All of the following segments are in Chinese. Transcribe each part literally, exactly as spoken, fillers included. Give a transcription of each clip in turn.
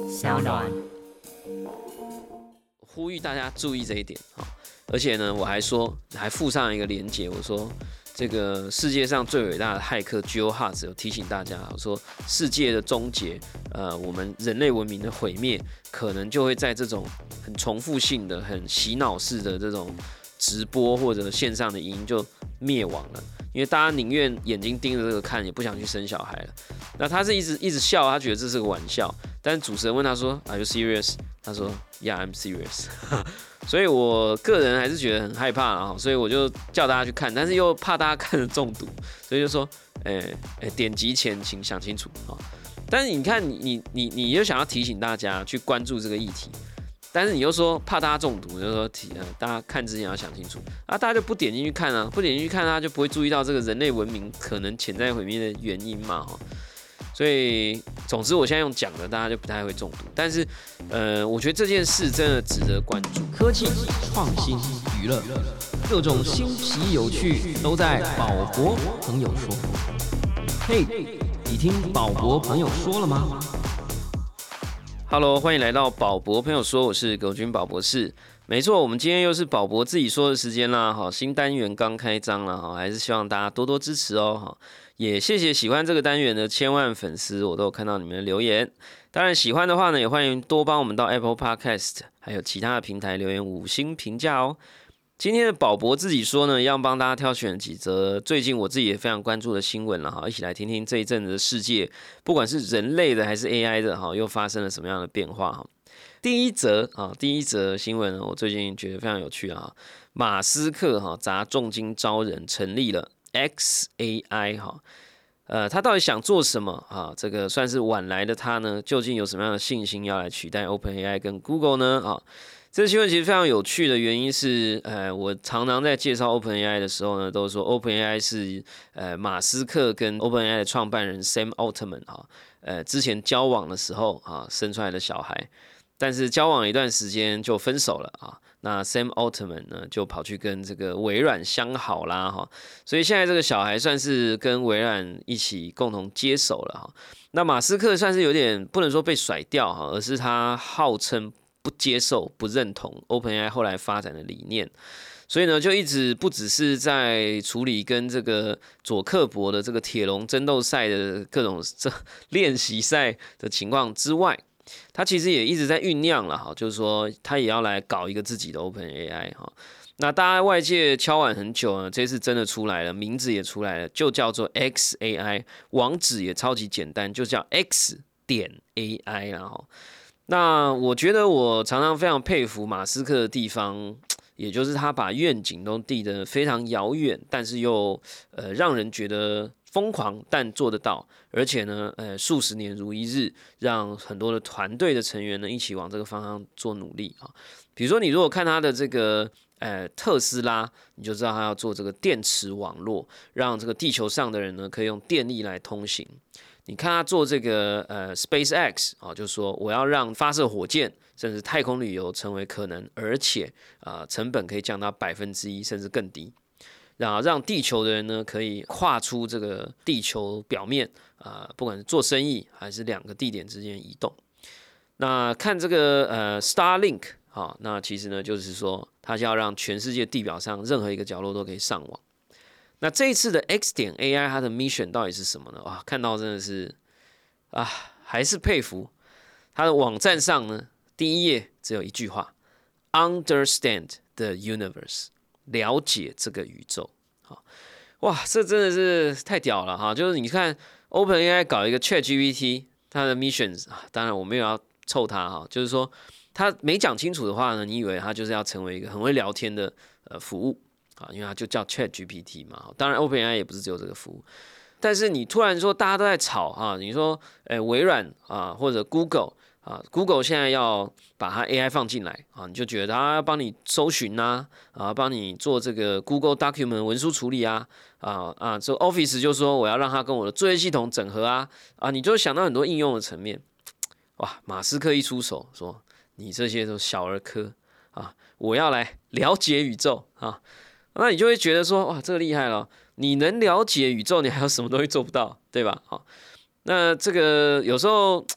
小暖， 呼吁大家注意这一点啊！而且呢，我还说，还附上一个连结，我说这个世界上最伟大的骇客 Joe Hart 有提醒大家，我说世界的终结，呃，我们人类文明的毁灭，可能就会在这种很重复性的、很洗脑式的这种直播或者线上的影音就灭亡了。因为大家宁愿眼睛盯着这个看，也不想去生小孩了。那他是一直一直笑，他觉得这是个玩笑。但是主持人问他说 ：“Are you serious？” 他说 ：“Yeah, I'm serious。”所以我个人还是觉得很害怕啦，所以我就叫大家去看，但是又怕大家看了中毒，所以就说：“哎、欸、哎、欸，点击前请想清楚啊！”但是你看，你你你你又想要提醒大家去关注这个议题。但是你又说怕大家中毒，就说提呃大家看之前要想清楚啊，大家就不点进去看啊，不点进去看，大家就不会注意到这个人类文明可能潜在毁灭的原因嘛，哈。所以总之我现在用讲的，大家就不太会中毒。但是呃，我觉得这件事真的值得关注。 科技、创新、娱乐，各种新奇有趣都在宝博朋友说。嘿，你听宝博朋友说了吗 ？Hello， 欢迎来到宝博朋友说，我是狗君宝博士。没错，我们今天又是宝博自己说的时间啦，哈，新单元刚开张了哈，还是希望大家多多支持哦，哈，也谢谢喜欢这个单元的千万粉丝，我都有看到你们的留言。当然喜欢的话呢，也欢迎多帮我们到 Apple Podcast 还有其他的平台留言五星评价哦。今天的宝博自己说呢，一样帮大家挑选几则最近我自己也非常关注的新闻了哈，一起来听听这一阵子的世界，不管是人类的还是 A I 的哈，又发生了什么样的变化哈。第一则啊，第一则新闻呢，我最近觉得非常有趣啊，马斯克哈砸重金招人成立了 X A I 哈，呃，他到底想做什么啊？这个算是晚来的他呢，究竟有什么样的信心要来取代 OpenAI 跟 Google 呢？啊？这个新闻其实非常有趣的原因是，呃，我常常在介绍 OpenAI 的时候呢，都说 OpenAI 是呃马斯克跟 OpenAI 的创办人 Sam Altman 哈，呃之前交往的时候啊生出来的小孩，但是交往了一段时间就分手了啊。那 Sam Altman 呢就跑去跟这个微软相好啦哈，所以现在这个小孩算是跟微软一起共同接手了哈。那马斯克算是有点不能说被甩掉哈，而是他号称不接受、不认同 OpenAI 后来发展的理念，所以呢，就一直不只是在处理跟这个佐克伯的这个铁笼争斗赛的各种这练习赛的情况之外，他其实也一直在酝酿了哈，就是说他也要来搞一个自己的 OpenAI 哈。那大家外界敲碗很久呢，这次真的出来了，名字也出来了，就叫做 X A I， 网址也超级简单，就叫 X 点 A I 然后。那我觉得我常常非常佩服马斯克的地方，也就是他把愿景都递得非常遥远，但是又呃让人觉得疯狂，但做得到，而且呢，呃数十年如一日，让很多的团队的成员呢一起往这个方向做努力啊。比如说，你如果看他的这个呃特斯拉，你就知道他要做这个电池网络，让这个地球上的人呢可以用电力来通行。你看他做这个呃 SpaceX 啊，就是说我要让发射火箭甚至太空旅游成为可能，而且啊、呃、成本可以降到百分之一甚至更低，然后让地球的人呢可以跨出这个地球表面啊、呃，不管是做生意还是两个地点之间移动。那看这个呃 Starlink 啊，那其实呢就是说它要让全世界地表上任何一个角落都可以上网。那这一次的 X 点 A I 它的 mission 到底是什么呢？哇，看到真的是啊，还是佩服。它的网站上呢，第一页只有一句话 ：Understand the universe， 了解这个宇宙。好，哇，这真的是太屌了哈！就是你看 OpenAI 搞一个 ChatGPT， 它的 mission， 当然我没有要凑它哈，就是说它没讲清楚的话呢，你以为它就是要成为一个很会聊天的呃服务。啊，因为它就叫 ChatGPT 嘛，当然 OpenAI 也不是只有这个服务，但是你突然说大家都在吵啊，你说，诶、欸、微软啊或者 Google 啊 ，Google 现在要把它 A I 放进来啊，你就觉得它要帮你搜寻呐，啊，帮你做这个 Google Document 文书处理啊，啊啊，这 Office 就说我要让它跟我的作业系统整合啊，啊，你就想到很多应用的层面，哇，马斯克一出手说你这些都小儿科啊，我要来了解宇宙啊。那你就会觉得说，哇，这个厉害了！你能了解宇宙，你还有什么东西做不到，对吧？好，那这个有时候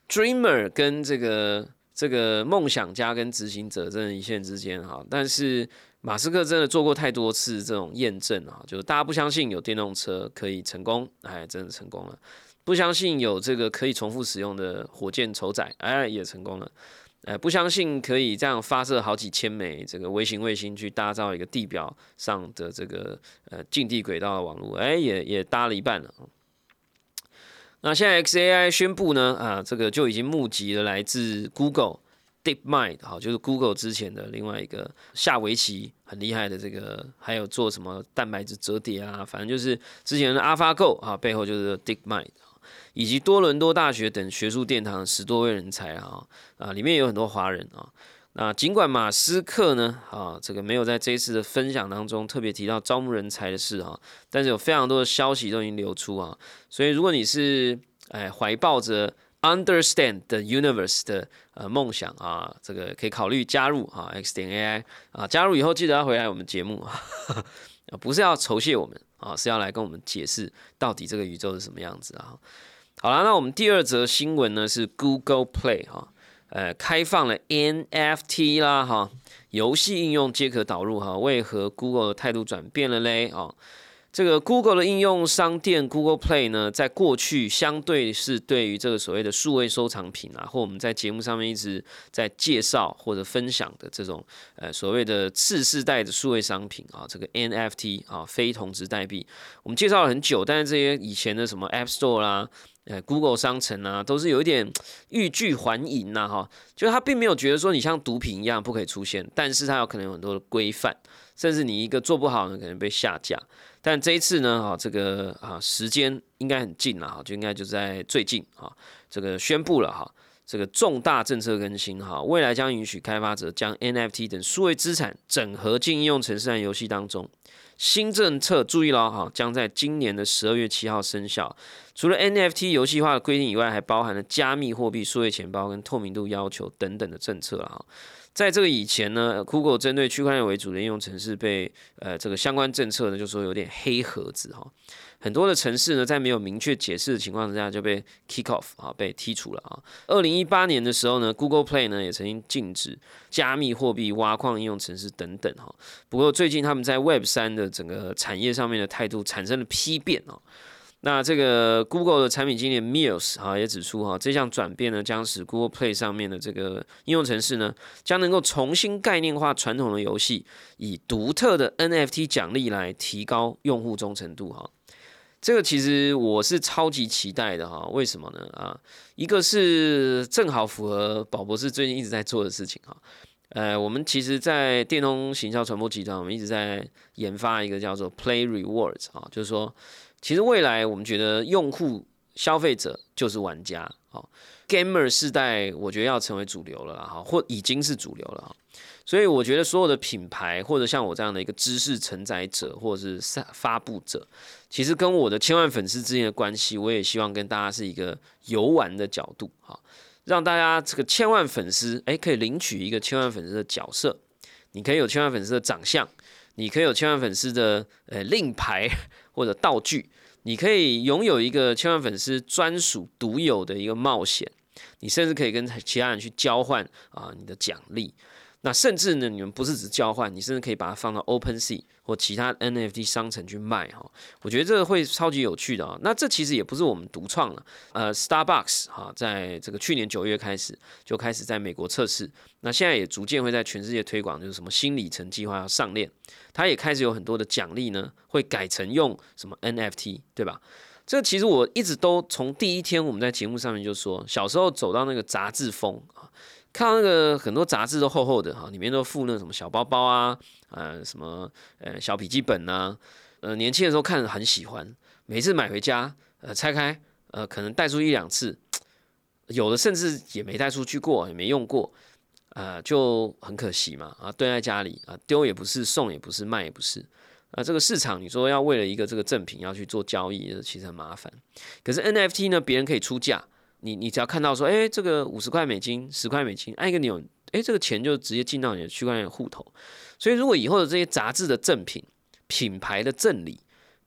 dreamer 跟这个这个梦想家跟执行者真的一线之间哈，但是马斯克真的做过太多次这种验证啊，就是大家不相信有电动车可以成功，哎，真的成功了；不相信有这个可以重复使用的火箭筹载，哎，也成功了；哎，不相信可以这样发射好几千枚这个微型卫星去打造一个地表上的这个呃近地轨道的网络，哎，也也搭了一半了。那现在 X A I 宣布呢，啊，这个就已经募集了来自 Google、DeepMind， 好，就是 Google 之前的另外一个下围棋很厉害的这个，还有做什么蛋白质折叠啊，反正就是之前的 AlphaGo 啊，背后就是 DeepMind， 以及多伦多大学等学术殿堂十多位人才啊，啊，里面有很多华人啊。那尽管马斯克呢，啊，这个没有在这一次的分享当中特别提到招募人才的事啊，但是有非常多的消息都已经流出啊，所以如果你是哎怀抱着 understand the universe 的呃梦想啊，这个可以考虑加入啊 X 点 A I 啊，加入以后记得要回来我们节目啊，不是要酬谢我们啊，是要来跟我们解释到底这个宇宙是什么样子啊。好啦，那我们第二则新闻呢是 Google Play 哈。呃，开放了 N F T 啦，哈，游戏应用皆可导入哈。为何 Google 的态度转变了嘞？哦，这个 Google 的应用商店 Google Play 呢，在过去相对是对于这个所谓的数位收藏品啊，或我们在节目上面一直在介绍或者分享的这种呃所谓的次世代的数位商品啊，这个 N F T 啊，非同质代币，我们介绍了很久，但是这些以前的什么 App Store 啦。呃 ，Google 商城啊，都是有一点欲拒还迎呐，哈，就是他并没有觉得说你像毒品一样不可以出现，但是他有可能有很多的规范，甚至你一个做不好呢，可能被下架。但这一次呢，哈，这个啊时间应该很近了，哈，就应该就在最近啊，这个宣布了哈，这个重大政策更新哈，未来将允许开发者将 N F T 等数位资产整合进应用程式和游戏当中。新政策注意了哈，将在今年的十二月七号生效。除了 N F T 游戏化的规定以外，还包含了加密货币、数位钱包跟透明度要求等等的政策了哈。在这个以前呢 ，Google 针对区块链为主的应用程式被呃这个相关政策呢，就说有点黑盒子哈。很多的程式呢，在没有明确解释的情况之下就被 kick off 啊，被剔除了啊。二零一八年的时候呢 ，Google Play 呢也曾经禁止加密货币、挖矿应用程式等等哈。不过最近他们在 Web 三的整个产业上面的态度产生了批变哦。那这个 Google 的产品经理 Mills 哈也指出哈，这项转变呢，将使 Google Play 上面的这个应用程式呢，将能够重新概念化传统的游戏，以独特的 N F T 奖励来提高用户忠诚度哈。这个其实我是超级期待的哈，为什么呢？啊，一个是正好符合宝博士最近一直在做的事情哈。呃，我们其实，在电通行销传播集团，我们一直在研发一个叫做 Play Rewards 啊，就是说，其实未来我们觉得用户、消费者就是玩家啊 ，Gamer 世代我觉得要成为主流了哈，或已经是主流了哈。所以我觉得所有的品牌，或者像我这样的一个知识承载者，或者是发布者，其实跟我的千万粉丝之间的关系，我也希望跟大家是一个游玩的角度哈。让大家这个千万粉丝，哎，可以领取一个千万粉丝的角色，你可以有千万粉丝的长相，你可以有千万粉丝的呃令牌或者道具，你可以拥有一个千万粉丝专属独有的一个冒险，你甚至可以跟其他人去交换啊你的奖励。那甚至呢，你们不是只交换，你甚至可以把它放到 OpenSea 或其他 N F T 商城去卖哈。我觉得这个会超级有趣的啊。那这其实也不是我们独创了，呃 ，Starbucks 哈，在这个去年九月开始就开始在美国测试，那现在也逐渐会在全世界推广，就是什么新里程计划要上链，它也开始有很多的奖励呢，会改成用什么 N F T， 对吧？这其实我一直都从第一天我们在节目上面就说，小时候走到那个杂志封啊。看到那个很多杂志都厚厚的哈，里面都附那什么小包包啊，呃什么呃小笔记本啊，呃年轻的时候看着很喜欢，每次买回家呃拆开呃可能带出一两次，有的甚至也没带出去过，也没用过，呃就很可惜嘛啊堆在家里啊丢也不是，送也不是，卖也不是。啊，这个市场你说要为了一个这个赠品要去做交易，其实很麻烦。可是 N F T 呢，别人可以出价。你你只要看到说，哎、欸，这个五十块美金、十块美金，按一个钮，哎、欸，这个钱就直接进到你的区块链户头。所以，如果以后的这些杂志的赠品、品牌的赠礼，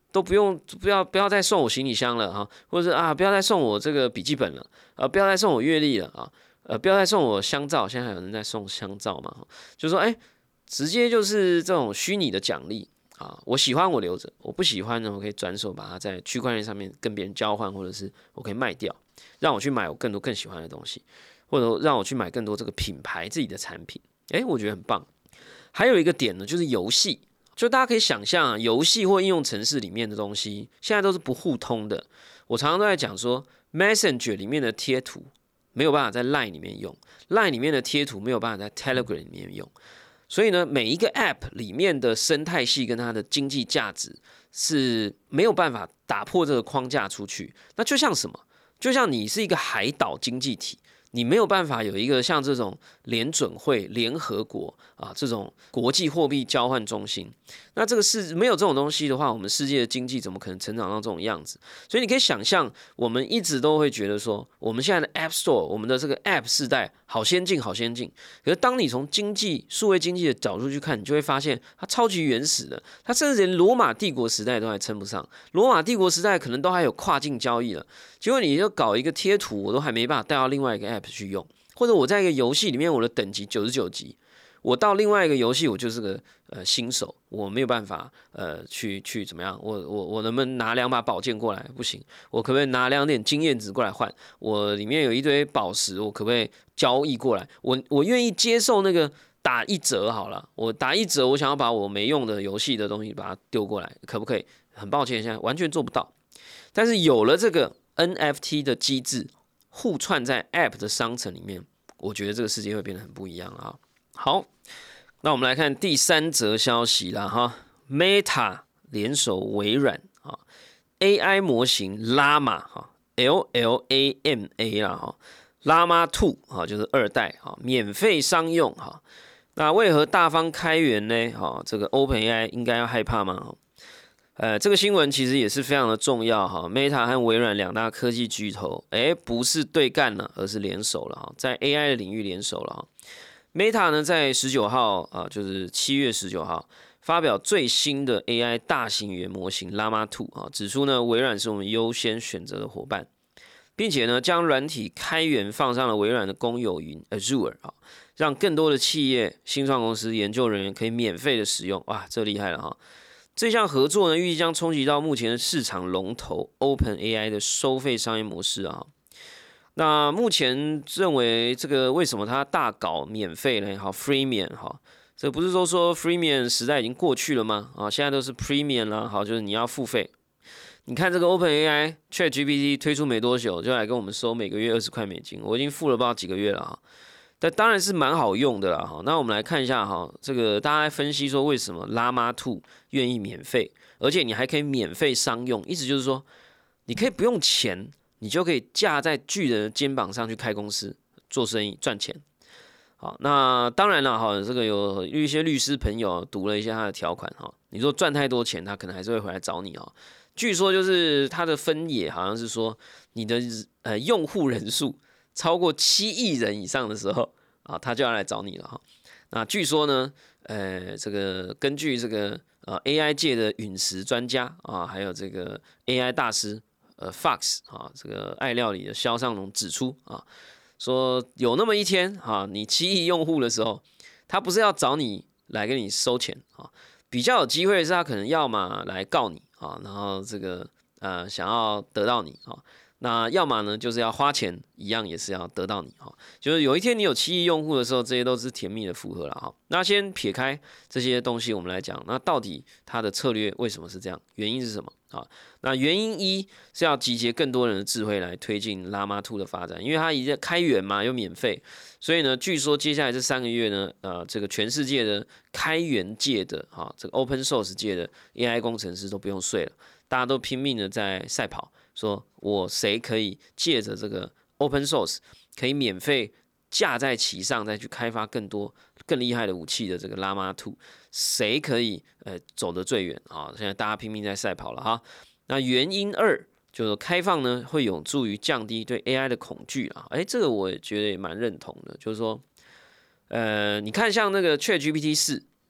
都不用不要不要再送我行李箱了哈，或者是啊不要再送我这个笔记本了，啊不要再送我月历了啊，呃不要再送我香皂，现在还有人在送香皂嘛？就说哎，直接就是这种虚拟的奖励啊，我喜欢我留着，我不喜欢呢，我可以转手把它在区块链上面跟别人交换，或者是我可以卖掉，让我去买我更多更喜欢的东西，或者让我去买更多这个品牌自己的产品，哎，我觉得很棒。还有一个点呢，就是游戏。就大家可以想象、啊，游戏或应用程式里面的东西，现在都是不互通的。我常常都在讲说 ，Messenger 里面的贴图没有办法在 Line 里面用 ，Line 里面的贴图没有办法在 Telegram 里面用。所以呢，每一个 App 里面的生态系跟它的经济价值是没有办法打破这个框架出去。那就像什么？就像你是一个海岛经济体。你没有办法有一个像这种联准会、联合国啊这种国际货币交换中心，那这个是没有这种东西的话，我们世界的经济怎么可能成长到这种样子？所以你可以想象，我们一直都会觉得说，我们现在的 App Store， 我们的这个 App 世代好先进、好先进。可是当你从经济、数位经济的角度去看，你就会发现它超级原始的，它甚至连罗马帝国时代都还称不上。罗马帝国时代可能都还有跨境交易了，结果你就搞一个贴图，我都还没办法带到另外一个 App 去用，或者我在一个游戏里面，我的等级九十九级，我到另外一个游戏，我就是个呃新手，我没有办法呃去去怎么样，我我我能不能拿两把宝剑过来？不行，我可不可以拿两点经验值过来换？我里面有一堆宝石，我可不可以交易过来？我我愿意接受那个打一折好了，我打一折，我想要把我没用的游戏的东西把它丢过来，可不可以？很抱歉，现在完全做不到。但是有了这个 N F T 的机制。互串在 App 的商城里面，我觉得这个世界会变得很不一样啊。好，那我们来看第三则消息啦哈 ，Meta 联手微软啊 ，A I 模型 Llama 哈 ，L L A M A 啦哈 ，Llama Two 哈就是二代哈，免费商用哈。那为何大方开源呢？哈，这个 OpenAI 应该要害怕吗？呃，这个新闻其实也是非常的重要哈。Meta 和微软两大科技巨头，哎，不是对干了，而是联手了哈，在 A I 的领域联手了哈。Meta 呢，在十九号啊，就是七月十九号发表最新的 A I 大型语言模型 Llama Two 啊，指出呢，微软是我们优先选择的伙伴，并且呢，将软体开源放上了微软的公有云 Azure 啊，让更多的企业、新创公司、研究人员可以免费的使用。哇，这厉害了哈！这项合作呢，预计将冲击到目前的市场龙头 OpenAI 的收费商业模式啊。那目前认为这个为什么它大搞免费呢？好 ，Freemium 哈，这不是说说 Freemium 时代已经过去了吗？啊，现在都是 Premium 啦，好，就是你要付费。你看这个 OpenAI ChatGPT 推出没多久，就来跟我们收每个月二十块美金，我已经付了不知道几个月了哈。但当然是蛮好用的啦哈。那我们来看一下哈，这个大家来分析说为什么 Llama Two 愿意免费，而且你还可以免费商用，意思就是说你可以不用钱，你就可以架在巨人的肩膀上去开公司做生意赚钱。好，那当然了哈，这个有一些律师朋友读了一下他的条款哈，你说赚太多钱，他可能还是会回来找你哈。据说就是他的分野好像是说你的呃用户人数超过七亿人以上的时候啊，他就要来找你了哈。那据说呢，呃，这个根据这个呃 A I 界的陨石专家啊，还有这个 A I 大师呃 Fox 啊，这个爱料理的肖尚龙指出啊，说有那么一天啊，你七亿用户的时候，他不是要找你来跟你收钱啊，比较有机会是他可能要么来告你啊，然后这个呃想要得到你啊。那要么呢，就是要花钱，一样也是要得到你哈。就是有一天你有七亿用户的时候，这些都是甜蜜的负荷了哈。那先撇开这些东西，我们来讲，那到底它的策略为什么是这样？原因是什么啊？那原因一是要集结更多人的智慧来推进 Llama Two 的发展，因为它已经开源嘛，又免费，所以呢，据说接下来这三个月呢，呃，这个全世界的开源界的哈，这个 Open Source 界的 A I 工程师都不用睡了，大家都拼命的在赛跑。说我谁可以借着这个 open source 可以免费架在其上，再去开发更多更厉害的武器的这个 Llama Two， 谁可以呃走得最远啊？现在大家拼命在赛跑了哈。那原因二就是开放呢，会有助于降低对 A I 的恐惧啊。哎，这个我也觉得也蛮认同的，就是说，呃，你看像那个 ChatGPT 四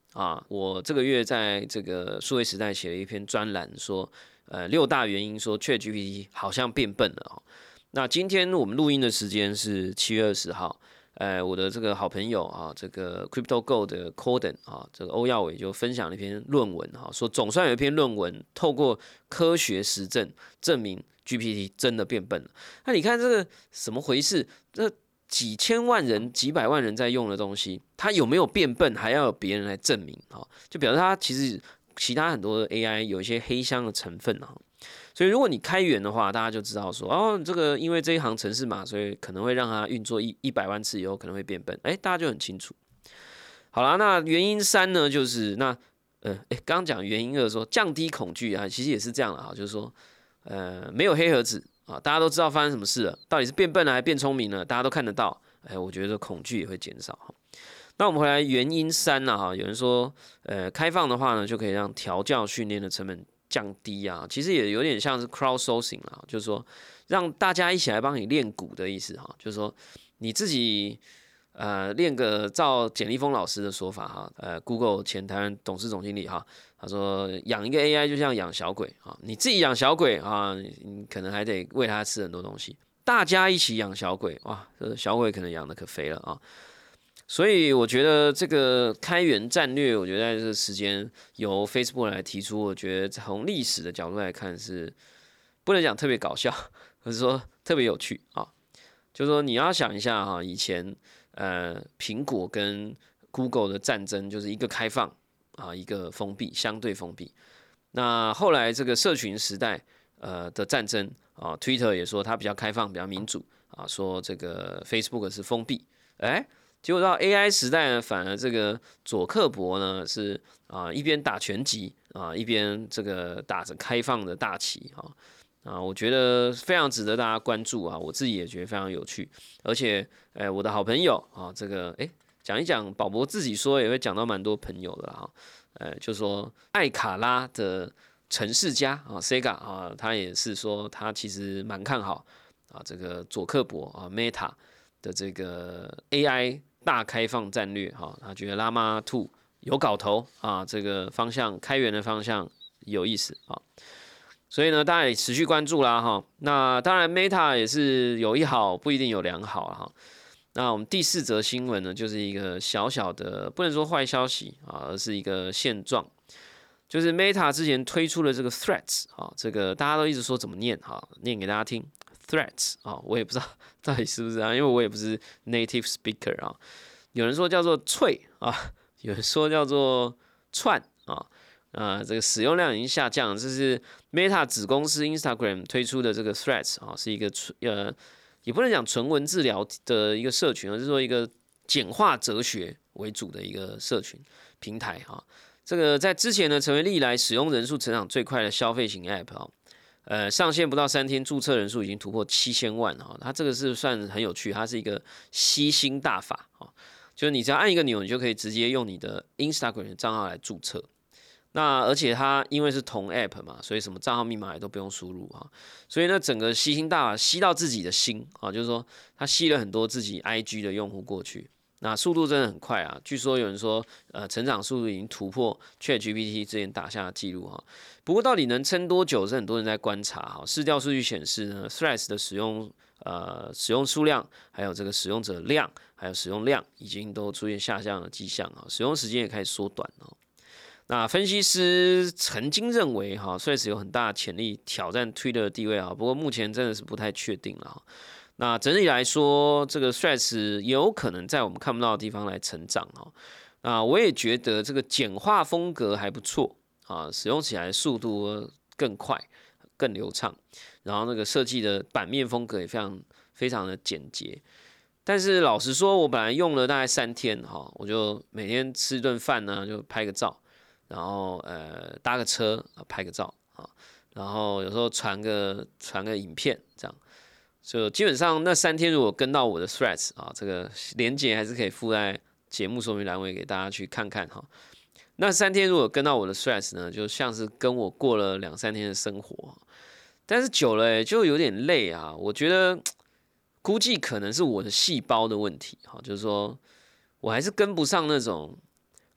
啊，我这个月在这个数位时代写了一篇专栏，说呃六大原因说 ChatGPT 好像变笨了哦。那今天我们录音的时间是七月二十号。呃，我的这个好朋友啊，这个 CryptoGo 的 Coden 啊，这个欧耀伟就分享了一篇论文哈，说总算有一篇论文透过科学实证证明 G P T 真的变笨了。那你看这个怎么回事？这几千万人、几百万人在用的东西，它有没有变笨，还要有别人来证明啊？就表示它其实其他很多的 A I 有一些黑箱的成分啊。所以，如果你开源的话，大家就知道说，哦，这个因为这一行程式码，所以可能会让它运作一一百万次以后可能会变笨，哎，大家就很清楚。好啦，那原因三呢，就是那呃，哎，刚刚讲原因二说降低恐惧啊，其实也是这样了哈，就是说，呃，没有黑盒子啊，大家都知道发生什么事了，到底是变笨了还是变聪明了，大家都看得到，哎，我觉得恐惧也会减少。那我们回来原因三呢，哈，有人说，呃，开放的话呢，就可以让调教训练的成本降低啊，其实也有点像是 crowdsourcing 啦，就是说让大家一起来帮你练鼓的意思哈，就是说你自己呃练个，照简立峰老师的说法哈，呃 Google 前台湾董事总经理哈，他说养一个 A I 就像养小鬼啊，你自己养小鬼啊，你可能还得喂它吃很多东西，大家一起养小鬼哇，这小鬼可能养的可肥了啊。所以我觉得这个开源战略，我觉得在这个时间由 Facebook 来提出，我觉得从历史的角度来看是不能讲特别搞笑，而是说特别有趣啊。就是说你要想一下哈，以前呃苹果跟 Google 的战争就是一个开放啊，一个封闭，相对封闭。那后来这个社群时代呃的战争啊 ，Twitter 也说它比较开放，比较民主啊，说这个 Facebook 是封闭，哎、欸。结果到 A I 时代呢，反而这个佐克伯呢是啊一边打拳击啊一边这个打着开放的大旗啊啊，我觉得非常值得大家关注啊，我自己也觉得非常有趣，而且哎、欸、我的好朋友啊这个哎讲一讲宝博自己说也会讲到蛮多朋友的哈，呃就说艾卡拉的程式家啊 Sega 啊他也是说他其实蛮看好啊这个佐克伯啊 Meta 的这个 A I。大开放战略哈，他觉得 Llama 二有搞头啊，这个方向开源的方向有意思啊，所以呢，大家也持续关注啦哈。那当然 Meta 也是有一好，不一定有两好哈。那我们第四则新闻呢，就是一个小小的不能说坏消息啊，而是一个现状，就是 Meta 之前推出的这个 Threads 啊，这个大家都一直说怎么念哈，念给大家听 Threads 啊，我也不知道到底是不是啊，因为我也不是 native speaker 啊。有人说叫做脆啊，有人说叫做串啊，啊，这个使用量已经下降了。这是 Meta 子公司 Instagram 推出的这个 Threads 啊，是一个呃，也不能讲纯文字聊的一个社群，而是说一个简化哲学为主的一个社群平台啊。这个在之前呢，成为历来使用人数成长最快的消费型 App 啊。呃，上线不到三天，注册人数已经突破七千万哈。它这个是算很有趣，它是一个吸星大法啊。就是你只要按一个钮，你就可以直接用你的 Instagram 的账号来注册。那而且它因为是同 App 嘛，所以什么账号密码也都不用输入啊。所以呢，整个吸星大法吸到自己的心啊，就是说它吸了很多自己 I G 的用户过去。那速度真的很快啊！据说有人说，呃，成长速度已经突破 ChatGPT 之前打下的记录哈。不过到底能撑多久，是很多人在观察哈。市调数据显示呢 ，Threads 的使用呃使用数量，还有这个使用者量，还有使用量，已经都出现下降的迹象啊，使用时间也开始缩短哦。那分析师曾经认为哈 ，Threads 有很大的潜力挑战 Twitter 的地位啊，不过目前真的是不太确定了哈。那整体来说，这个 Threads 也有可能在我们看不到的地方来成长哈。那我也觉得这个简化风格还不错啊，使用起来速度更快、更流畅，然后那个设计的版面风格也非常非常的简洁。但是老实说，我本来用了大概三天哈，我就每天吃顿饭呢，就拍个照，然后呃搭个车拍个照啊，然后有时候传个传个影片这样。就基本上那三天如果跟到我的 Threads 啊，这个连结还是可以附在节目说明栏位给大家去看看哈。那三天如果跟到我的 Threads 呢，就像是跟我过了两三天的生活，但是久了、欸、就有点累啊。我觉得估计可能是我的细胞的问题哈，就是说我还是跟不上那种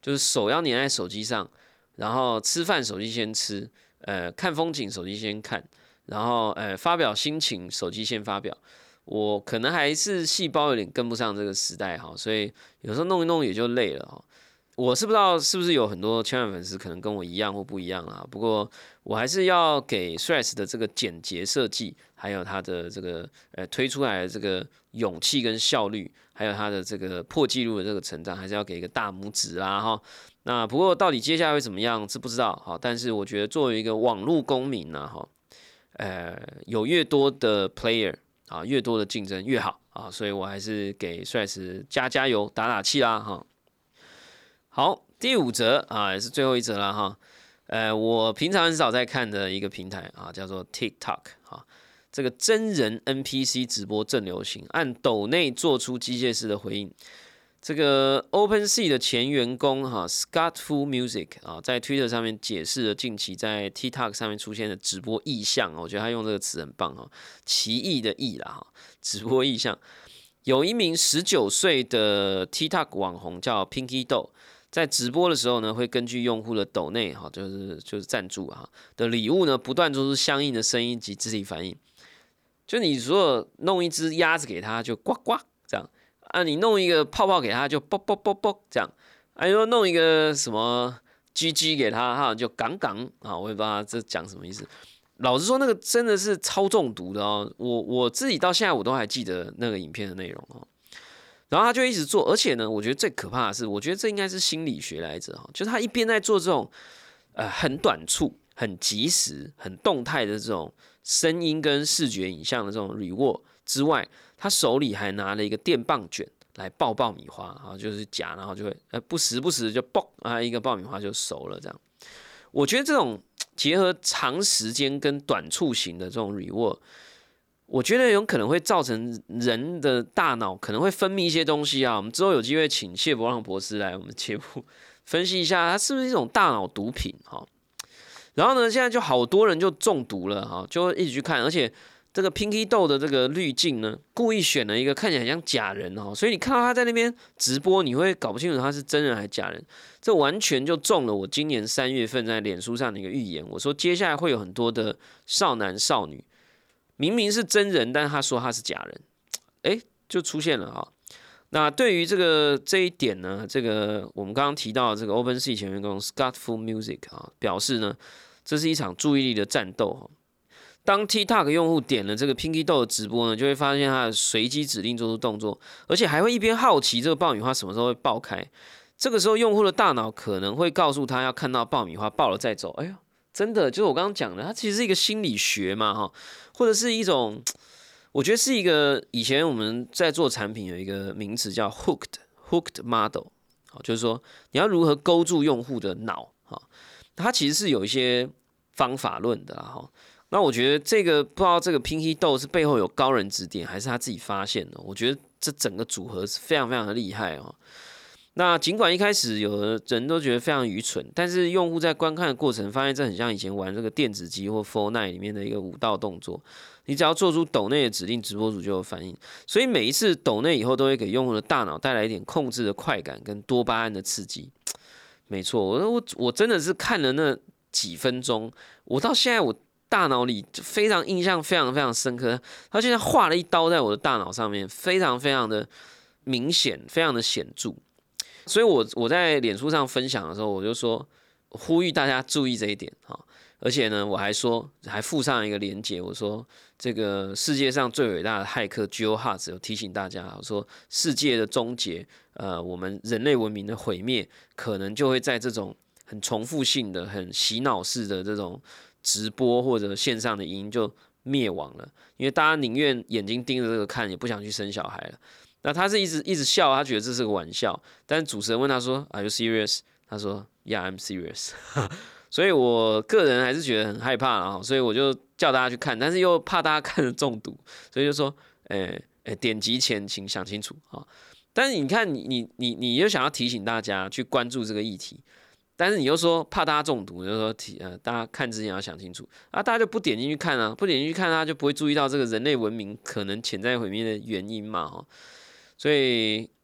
就是手要黏在手机上，然后吃饭手机先吃，呃，看风景手机先看，然后呃发表心情手机先发表。我可能还是细胞有点跟不上这个时代哈，所以有时候弄一弄也就累了哈。我是不知道是不是有很多千万粉丝可能跟我一样或不一样啊，不过我还是要给 Threads 的这个简洁设计，还有它的这个呃推出来的这个勇气跟效率，还有它的这个破纪录的这个成长，还是要给一个大拇指啦哈。那不过到底接下来会怎么样是不知道哈，但是我觉得作为一个网络公民呢哈，呃有越多的 player 啊，越多的竞争越好啊，所以我还是给 Threads 加加油打打气啦哈。好，第五则啊，也是最后一则啦哈。呃，我平常很少在看的一个平台啊，叫做 TikTok 啊。这个真人 N P C 直播正流行，按抖内做出机械式的回应。这个 OpenSea 的前员工哈 Scott Music 啊，在 Twitter 上面解释了近期在 TikTok 上面出现的直播意象，我觉得他用这个词很棒哦，奇异的异啦哈，直播意象。有一名十九岁的 TikTok 网红叫 Pinky 豆。在直播的时候呢，会根据用户的抖内哈，就是就是赞助哈的礼物呢，不断做出相应的声音及肢体反应。就你如果弄一只鸭子给他，就呱呱这样啊；你弄一个泡泡给他，就啵啵啵啵这样。啊，你说弄一个什么 G G 给他哈，就杠杠啊，我也不知道这讲什么意思。老实说，那个真的是超中毒的哦。我我自己到现在我都还记得那个影片的内容哦。然后他就一直做，而且呢，我觉得最可怕的是，我觉得这应该是心理学来着哈，就是他一边在做这种呃很短促、很及时、很动态的这种声音跟视觉影像的这种 reward 之外，他手里还拿了一个电棒卷来爆爆米花啊，就是夹，然后就会呃不时不时就爆啊一个爆米花就熟了这样。我觉得这种结合长时间跟短促型的这种 reward。我觉得有可能会造成人的大脑可能会分泌一些东西啊。我们之后有机会请谢伯让博士来我们节目分析一下，它是不是一种大脑毒品哈。然后呢，现在就好多人就中毒了哈，就会一直去看，而且这个 Pinky 豆的这个滤镜呢，故意选了一个看起来很像假人哈，所以你看到他在那边直播，你会搞不清楚他是真人还是假人。这完全就中了我今年三月份在脸书上的一个预言，我说接下来会有很多的少男少女。明明是真人，但他说他是假人，哎，就出现了哈。那对于这个这一点呢，这个我们刚刚提到的这个 OpenSea 前员工 Scott Music 啊，表示呢，这是一场注意力的战斗哈。当 TikTok 用户点了这个 Pinky 豆的直播呢，就会发现他的随机指令做出动作，而且还会一边好奇这个爆米花什么时候会爆开。这个时候，用户的大脑可能会告诉他要看到爆米花爆了再走。哎呦！真的就是我刚刚讲的，它其实是一个心理学嘛，哈，或者是一种，我觉得是一个以前我们在做产品有一个名词叫 hooked hooked model， 好，就是说你要如何勾住用户的脑，哈，它其实是有一些方法论的啦，哈。那我觉得这个不知道这个 Pinky 豆是背后有高人指点，还是他自己发现的？我觉得这整个组合是非常非常的厉害哦。那尽管一开始有的人都觉得非常愚蠢，但是用户在观看的过程发现这很像以前玩这个电子机或 Fortnite 里面的一个舞蹈动作。你只要做出抖内的指令，直播主就有反应。所以每一次抖内以后，都会给用户的大脑带来一点控制的快感跟多巴胺的刺激。没错，我我我真的是看了那几分钟，我到现在我大脑里非常印象非常非常深刻。他现在划了一刀在我的大脑上面，非常非常的明显，非常的显著。所以我，我在脸书上分享的时候，我就说呼吁大家注意这一点哈。而且呢，我还说，还附上一个连结，我说这个世界上最伟大的骇客 GeoHards 有提醒大家，我说世界的终结，呃，我们人类文明的毁灭，可能就会在这种很重复性的、很洗脑式的这种直播或者线上的影音就灭亡了，因为大家宁愿眼睛盯着这个看，也不想去生小孩了。那他是一直一直笑，他觉得这是个玩笑。但是主持人问他说 ：“Are you serious？” 他说 ：“Yeah, I'm serious。”所以我个人还是觉得很害怕啦，所以我就叫大家去看，但是又怕大家看了中毒，所以就说：“诶、欸、诶、欸，点击前请想清楚啊！”但是你看，你你你你又想要提醒大家去关注这个议题，但是你又说怕大家中毒，就说提呃大家看之前要想清楚啊，大家就不点进去看啊，不点进去看，他就不会注意到这个人类文明可能潜在毁灭的原因嘛，哈。所以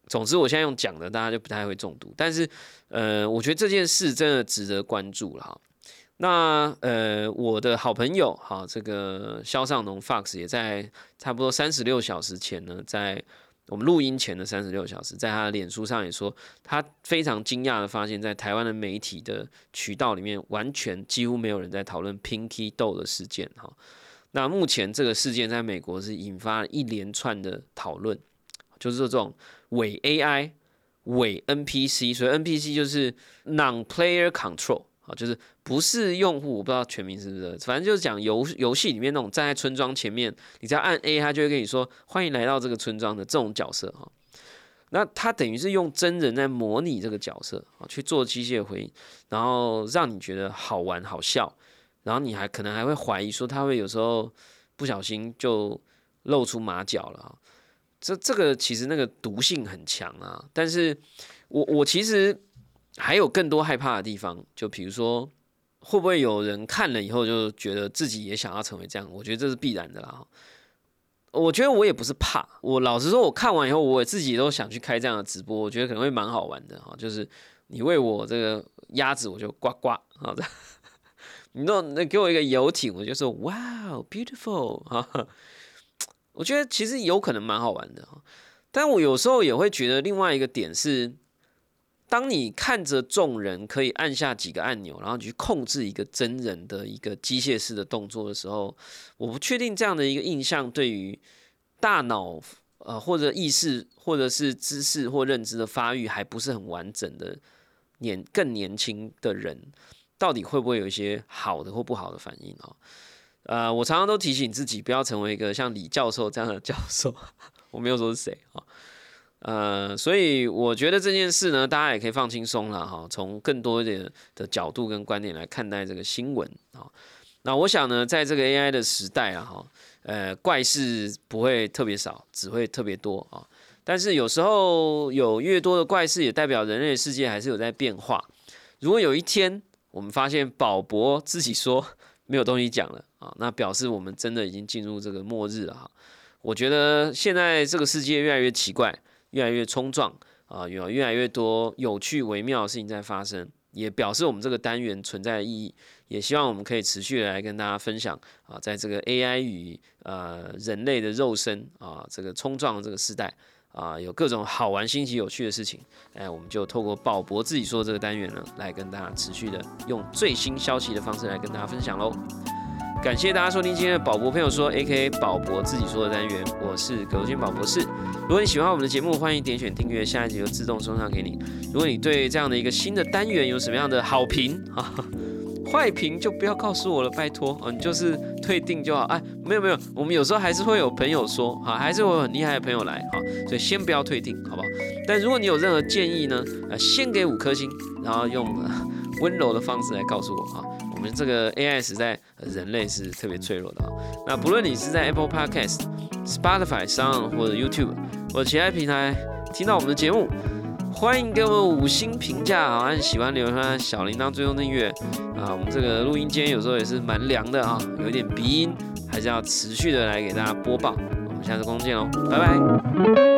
总之，我现在用讲的，大家就不太会中毒。但是，呃，我觉得这件事真的值得关注了哈。那呃，我的好朋友哈，这个肖尚农 Fox 也在差不多三十六小时前呢，在我们录音前的三十六小时，在他的脸书上也说，他非常惊讶的发现，在台湾的媒体的渠道里面，完全几乎没有人在讨论 Pinky 豆的事件哈。那目前这个事件在美国是引发了一连串的讨论，就是这种伪 A I、伪 N P C， 所以 N P C 就是 Non-Player Control， 就是不是用户，我不知道全名是不是，反正就是讲游游戏里面那种站在村庄前面，你只要按 A， 他就会跟你说欢迎来到这个村庄的这种角色哈。那他等于是用真人在模拟这个角色去做机械回应，然后让你觉得好玩好笑，然后你还可能还会怀疑说他会有时候不小心就露出马脚了。这这个其实那个毒性很强啊，但是我我其实还有更多害怕的地方，就比如说会不会有人看了以后就觉得自己也想要成为这样？我觉得这是必然的啦。我觉得我也不是怕，我老实说，我看完以后我自己都想去开这样的直播，我觉得可能会蛮好玩的哈。就是你喂我这个鸭子，我就呱呱好的，你弄那给我一个游艇，我就说哇 beautiful 哈。我觉得其实有可能蛮好玩的，但我有时候也会觉得另外一个点是，当你看着众人可以按下几个按钮，然后去控制一个真人的一个机械式的动作的时候，我不确定这样的一个印象对于大脑呃或者意识或者是知识或认知的发育还不是很完整的年更年轻的人，到底会不会有一些好的或不好的反应啊？呃，我常常都提醒自己不要成为一个像李教授这样的教授，我没有说是谁啊，呃，所以我觉得这件事呢，大家也可以放轻松了哈，从更多一点的角度跟观点来看待这个新闻啊。那我想呢，在这个 A I 的时代啊，哈，呃，怪事不会特别少，只会特别多啊。但是有时候有越多的怪事，也代表人类的世界还是有在变化。如果有一天我们发现宝博自己说没有东西讲了啊，那表示我们真的已经进入这个末日了哈。我觉得现在这个世界越来越奇怪，越来越冲撞啊，有越来越多有趣微妙的事情在发生，也表示我们这个单元存在的意义。也希望我们可以持续的来跟大家分享啊，在这个 A I 与呃人类的肉身啊这个冲撞的这个时代啊，有各种好玩、新奇、有趣的事情。哎，我们就透过宝博自己说这个单元呢，来跟大家持续的用最新消息的方式来跟大家分享喽。感谢大家收听今天的宝博朋友说 A K A 宝博自己说的单元，我是葛金宝博士。如果你喜欢我们的节目，欢迎点选订阅，下一集就自动送上给你。如果你对这样的一个新的单元有什么样的好评啊，坏评就不要告诉我了，拜托啊，你就是退订就好。哎，没有没有，我们有时候还是会有朋友说，哈，还是会有很厉害的朋友来，哈，所以先不要退订，好不好？但如果你有任何建议呢，呃，先给五颗星，然后用温柔的方式来告诉我啊。我们这个 A I 时代，人类是特别脆弱的啊。那不论你是在 Apple Podcast、Spotify 上，或者 YouTube 或者其他平台听到我们的节目，欢迎给我们五星评价啊，按喜欢留言、小铃铛追踪订阅啊。我们这个录音间有时候也是蛮凉的啊，有一点鼻音，还是要持续的来给大家播报。我们下次空见喽，拜拜。